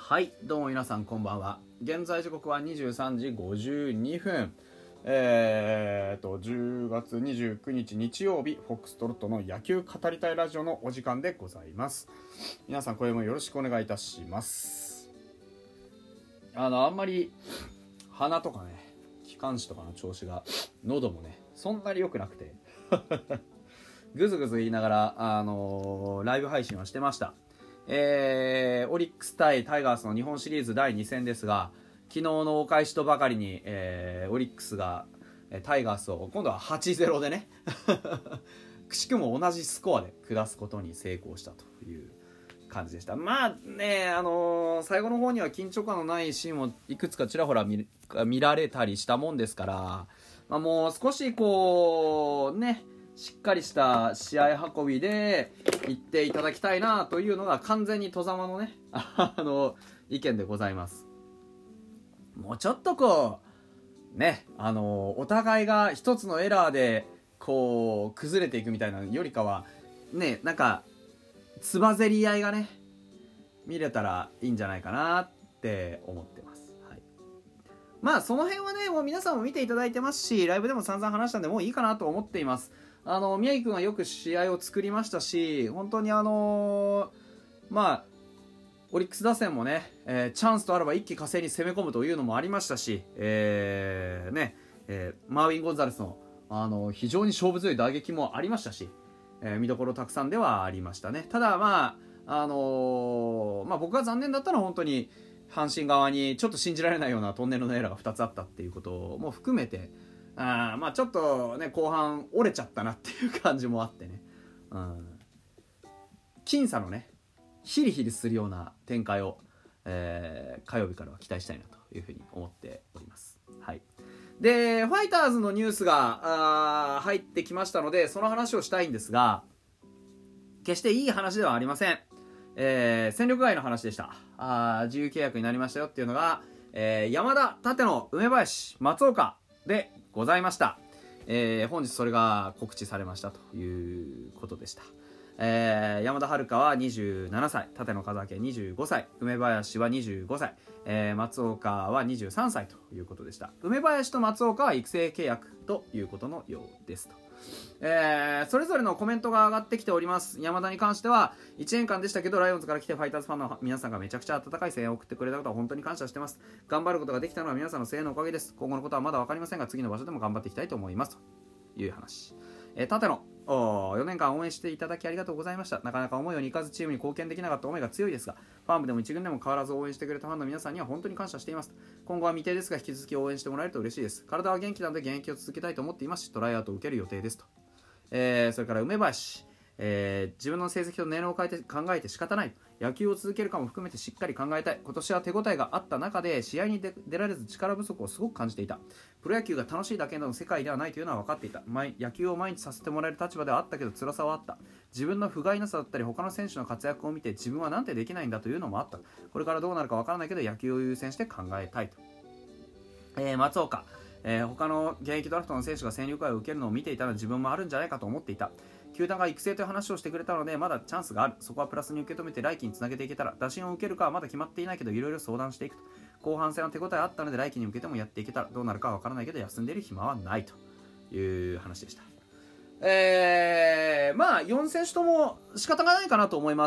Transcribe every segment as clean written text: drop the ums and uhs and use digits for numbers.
はい、どうも皆さんこんばんは。現在時刻は23時52分。10月29日日曜日、フォックストロットの野球語りたいラジオのお時間でございます。皆さんこれもよろしくお願いいたします。あんまり鼻とかね、気管支とかの調子が、喉もね、そんなに良くなくてぐずぐず言いながら、ライブ配信はしてました。オリックス対タイガースの日本シリーズ第2戦ですが、昨日のお返しとばかりに、オリックスがタイガースを今度は 8-0 でねくしくも同じスコアで下すことに成功したという感じでした。まあね、最後の方には緊張感のないシーンもいくつかちらほら 見られたりしたもんですから、まあ、もう少しこうね、しっかりした試合運びで行っていただきたいなというのが完全に戸様のね意見でございます。もうちょっとこうね、お互いが一つのエラーでこう崩れていくみたいなよりかはね、なんかつばぜり合いがね見れたらいいんじゃないかなって思ってます。はい、まあその辺はね、もう皆さんも見ていただいてますし、ライブでも散々話したんでもういいかなと思っています。宮城くんはよく試合を作りましたし、本当にまあオリックス打線もね、チャンスとあれば一気呵成に攻め込むというのもありましたし、マーウィン・ゴンザレスの、非常に勝負強い打撃もありましたし、見どころたくさんではありましたね。ただ僕が残念だったのは本当に阪神側にちょっと信じられないようなトンネルのエラーが2つあったっていうことも含めて、まあちょっとね後半折れちゃったなっていう感じもあってね、僅差のねヒリヒリするような展開を、火曜日からは期待したいなというふうに思っております。はい。でファイターズのニュースが入ってきましたので、その話をしたいんですが、決していい話ではありません。戦力外の話でした。自由契約になりましたよっていうのが、山田、立野、梅林、松岡でございました。本日それが告知されましたということでした。山田遥は27歳、立野和明25歳、梅林は25歳、松岡は23歳ということでした。梅林と松岡は育成契約ということのようですと。それぞれのコメントが上がってきております。山田に関しては1年間でしたけど、ライオンズから来てファイターズファンの皆さんがめちゃくちゃ温かい声援を送ってくれたことは本当に感謝してます。頑張ることができたのは皆さんの声援のおかげです。今後のことはまだ分かりませんが、次の場所でも頑張っていきたいと思いますという話。立野、4年間応援していただきありがとうございました。なかなか思うようにいかずチームに貢献できなかった思いが強いですが、ファームでも一軍でも変わらず応援してくれたファンの皆さんには本当に感謝しています。今後は未定ですが引き続き応援してもらえると嬉しいです。体は元気なので現役を続けたいと思っていますし、トライアウトを受ける予定ですと。それから梅林、自分の成績と年齢を変えて考えて仕方ない。野球を続けるかも含めてしっかり考えたい。今年は手応えがあった中で試合に出られず力不足をすごく感じていた。プロ野球が楽しいだけの世界ではないというのは分かっていた。野球を毎日させてもらえる立場ではあったけど辛さはあった。自分の不甲斐なさだったり他の選手の活躍を見て自分はなんてできないんだというのもあった。これからどうなるか分からないけど野球を優先して考えたいと。松岡、他の現役ドラフトの選手が戦力外を受けるのを見ていたら自分もあるんじゃないかと思っていた。球団が育成という話をしてくれたのでまだチャンスがある。そこはプラスに受け止めて来季につなげていけたら。打診を受けるかはまだ決まっていないけどいろいろ相談していくと。後半戦は手応えあったので来季に向けてもやっていけたら。どうなるかは分からないけど休んでいる暇はないという話でした。まあ4選手とも仕方がないかなと思います。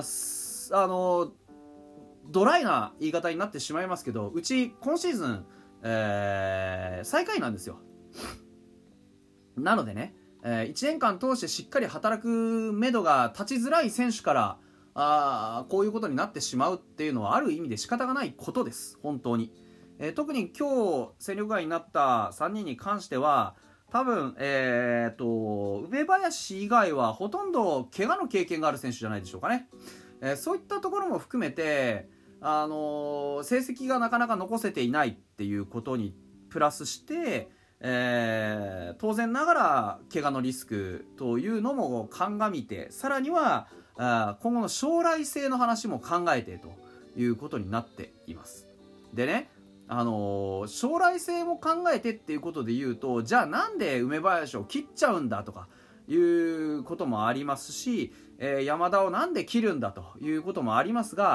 ドライな言い方になってしまいますけど、うち今シーズン、最下位なんですよ。なのでね、1年間通してしっかり働く目処が立ちづらい選手からこういうことになってしまうっていうのはある意味で仕方がないことです。本当に、特に今日戦力外になった3人に関しては多分、梅林以外はほとんど怪我の経験がある選手じゃないでしょうかね。そういったところも含めて成績がなかなか残せていないっていうことにプラスして、当然ながら怪我のリスクというのも鑑みて、さらには今後の将来性の話も考えてということになっています。でね、将来性も考えてっていうことで言うと、じゃあなんで梅林を切っちゃうんだとかいうこともありますし、山田をなんで切るんだということもありますが、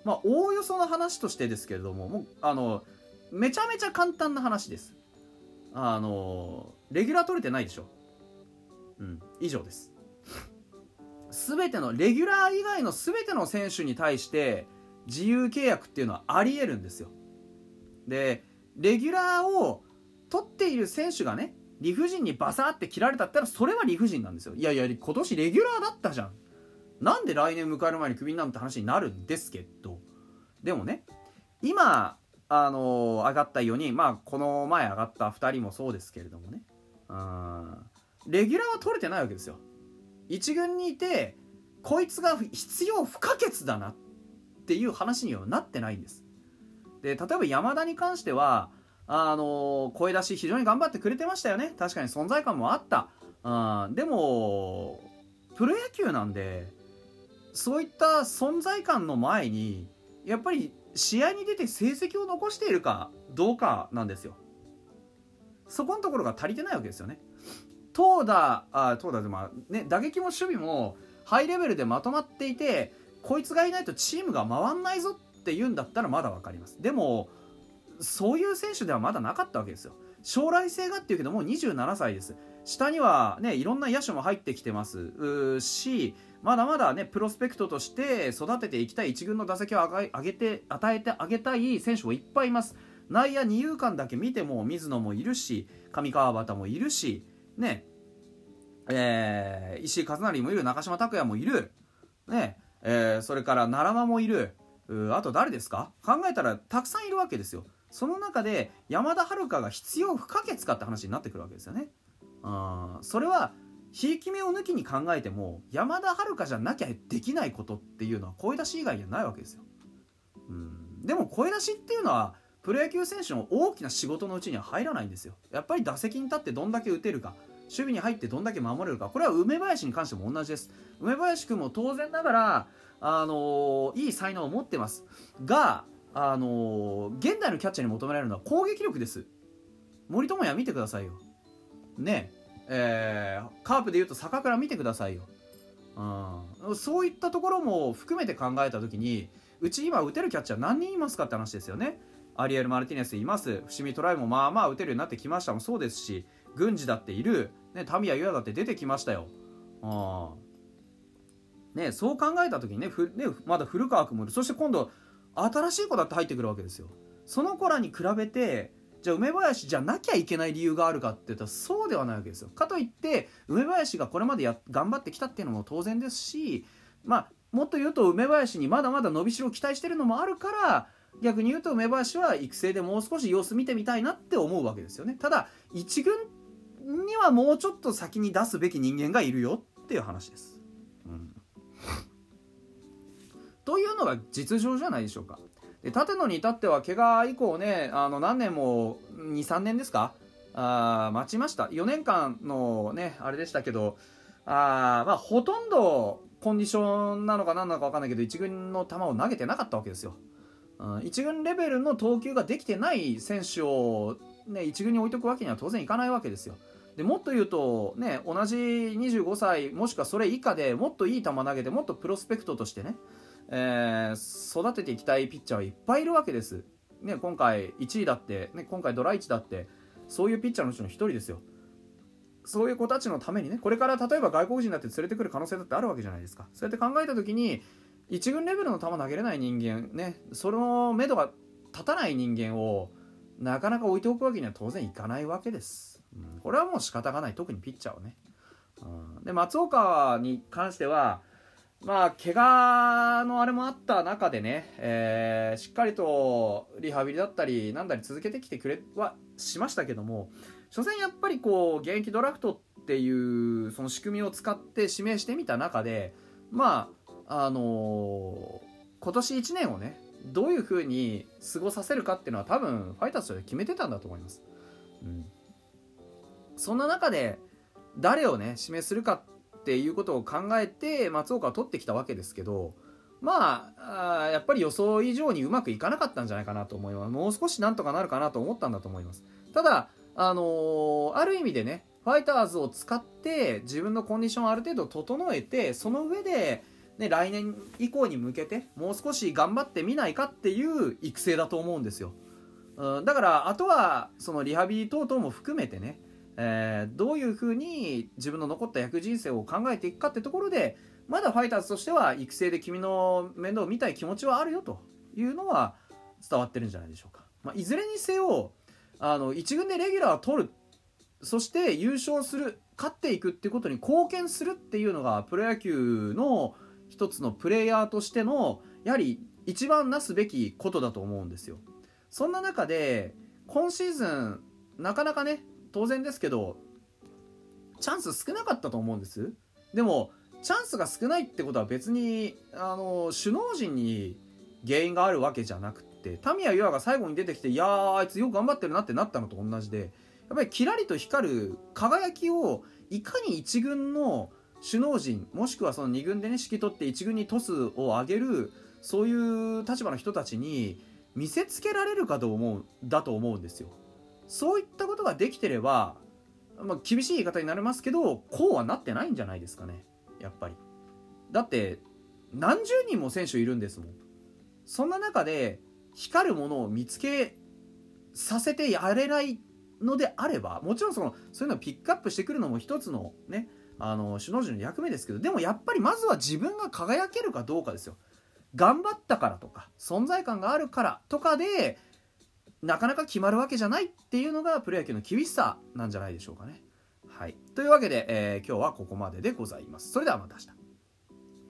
おおよその話としてですけれども、めちゃめちゃ簡単な話です。レギュラー取れてないでしょ。以上です。全てのレギュラー以外の全ての選手に対して自由契約っていうのはあり得るんですよ。でレギュラーを取っている選手がね、理不尽にバサーって切られたったら、それは理不尽なんですよ。いやいや、今年レギュラーだったじゃん、なんで来年迎える前にクビになるって話になるんですけど、でもね、今上がった4人、この前上がった2人もそうですけれどもね、レギュラーは取れてないわけですよ。一軍にいてこいつが必要不可欠だなっていう話にはなってないんです。で例えば山田に関しては声出し非常に頑張ってくれてましたよね。確かに存在感もあった。でもプロ野球なんで、そういった存在感の前にやっぱり試合に出て成績を残しているかどうかなんですよ。そこのところが足りてないわけですよね。投打で打撃も守備もハイレベルでまとまっていて、こいつがいないとチームが回んないぞって言うんだったらまだ分かります。でもそういう選手ではまだなかったわけですよ。将来性がっていうけどもう27歳です。下にはねいろんな野手も入ってきてますし、まだまだねプロスペクトとして育てていきたい、一軍の打席を与えてあげたい選手もいっぱいいます。内野二遊間だけ見ても水野もいるし、上川端もいるしね、石井一成もいる、中島拓也もいるね、それから奈良間もいる、あと誰ですか、考えたらたくさんいるわけですよ。その中で山田遥が必要不可欠かって話になってくるわけですよね。それはひいき目を抜きに考えても山田遥じゃなきゃできないことっていうのは声出し以外にはないわけですよ。でも声出しっていうのはプロ野球選手の大きな仕事のうちには入らないんですよ。やっぱり打席に立ってどんだけ打てるか、守備に入ってどんだけ守れるか、これは梅林に関しても同じです。梅林君も当然ながらいい才能を持ってますが、現代のキャッチャーに求められるのは攻撃力です。森友哉見てくださいよね、カープでいうと坂倉見てくださいよ。そういったところも含めて考えた時に、うち今打てるキャッチャー何人いますかって話ですよね。アリエル・マルティネスいます、伏見トライもまあまあ打てるようになってきましたもそうですし、郡司だっている、ね、タミヤ・ユアだって出てきましたよ。そう考えた時にまだ古川君もいる。そして今度新しい子だって入ってくるわけですよ。その子らに比べてじゃあ梅林じゃなきゃいけない理由があるかって言ったらそうではないわけですよ。かといって梅林がこれまで頑張ってきたっていうのも当然ですし、もっと言うと梅林にまだまだ伸びしろを期待してるのもあるから、逆に言うと梅林は育成でもう少し様子見てみたいなって思うわけですよね。ただ一軍にはもうちょっと先に出すべき人間がいるよっていう話です。というのが実情じゃないでしょうか。で立野に至っては怪我以降ね、何年も 2,3 年ですか、待ちました。4年間のねあれでしたけど、ほとんどコンディションなのか何なのか分かんないけど一軍の球を投げてなかったわけですよ。一軍レベルの投球ができてない選手を、一軍に置いとくわけには当然いかないわけですよ。でもっと言うと、同じ25歳もしくはそれ以下でもっといい球投げてもっとプロスペクトとしてね、育てていきたいピッチャーはいっぱいいるわけです、今回1位だって、今回ドラ1だってそういうピッチャーのうちの1人ですよ。そういう子たちのためにね、これから例えば外国人だって連れてくる可能性だってあるわけじゃないですか。そうやって考えた時に一軍レベルの球投げれない人間その目処が立たない人間をなかなか置いておくわけには当然いかないわけです。これはもう仕方がない、特にピッチャーをね。で松岡に関しては怪我のあれもあった中でね、しっかりとリハビリだったりなんだり続けてきてくれはしましたけども、所詮やっぱり現役ドラフトっていうその仕組みを使って指名してみた中で今年1年をねどういう風に過ごさせるかっていうのは多分ファイターズで決めてたんだと思います。そんな中で誰をね指名するかっていうことを考えて松岡を取ってきたわけですけど、やっぱり予想以上にうまくいかなかったんじゃないかなと思います。もう少しなんとかなるかなと思ったんだと思います。ただある意味でねファイターズを使って自分のコンディションをある程度整えて、その上でね、来年以降に向けてもう少し頑張ってみないかっていう育成だと思うんですよ。だからあとはそのリハビリ等々も含めてね、どういうふうに自分の残った野球人生を考えていくかってところで、まだファイターズとしては育成で君の面倒を見たい気持ちはあるよというのは伝わってるんじゃないでしょうか。いずれにせよ一軍でレギュラーを取る、そして優勝する、勝っていくっていうことに貢献するっていうのがプロ野球の一つのプレイヤーとしてのやはり一番なすべきことだと思うんですよ。そんな中で今シーズンなかなかね、当然ですけどチャンス少なかったと思うんです。でもチャンスが少ないってことは別に首脳陣に原因があるわけじゃなくて、タミヤユアが最後に出てきて、いやーあいつよく頑張ってるなってなったのと同じで、やっぱりキラリと光る輝きをいかに一軍の首脳陣もしくはその二軍でね指揮取って一軍にトスを上げる、そういう立場の人たちに見せつけられるかと思うんですよ。そういったことができてれば、厳しい言い方になりますけどこうはなってないんじゃないですかね。やっぱりだって何十人も選手いるんですもん。そんな中で光るものを見つけさせてやれないのであれば、もちろんそういうのをピックアップしてくるのも一つのね首脳陣の役目ですけど、でもやっぱりまずは自分が輝けるかどうかですよ。頑張ったからとか存在感があるからとかでなかなか決まるわけじゃないっていうのがプロ野球の厳しさなんじゃないでしょうかね。はい、というわけで、今日はここまででございます。それではまた明日。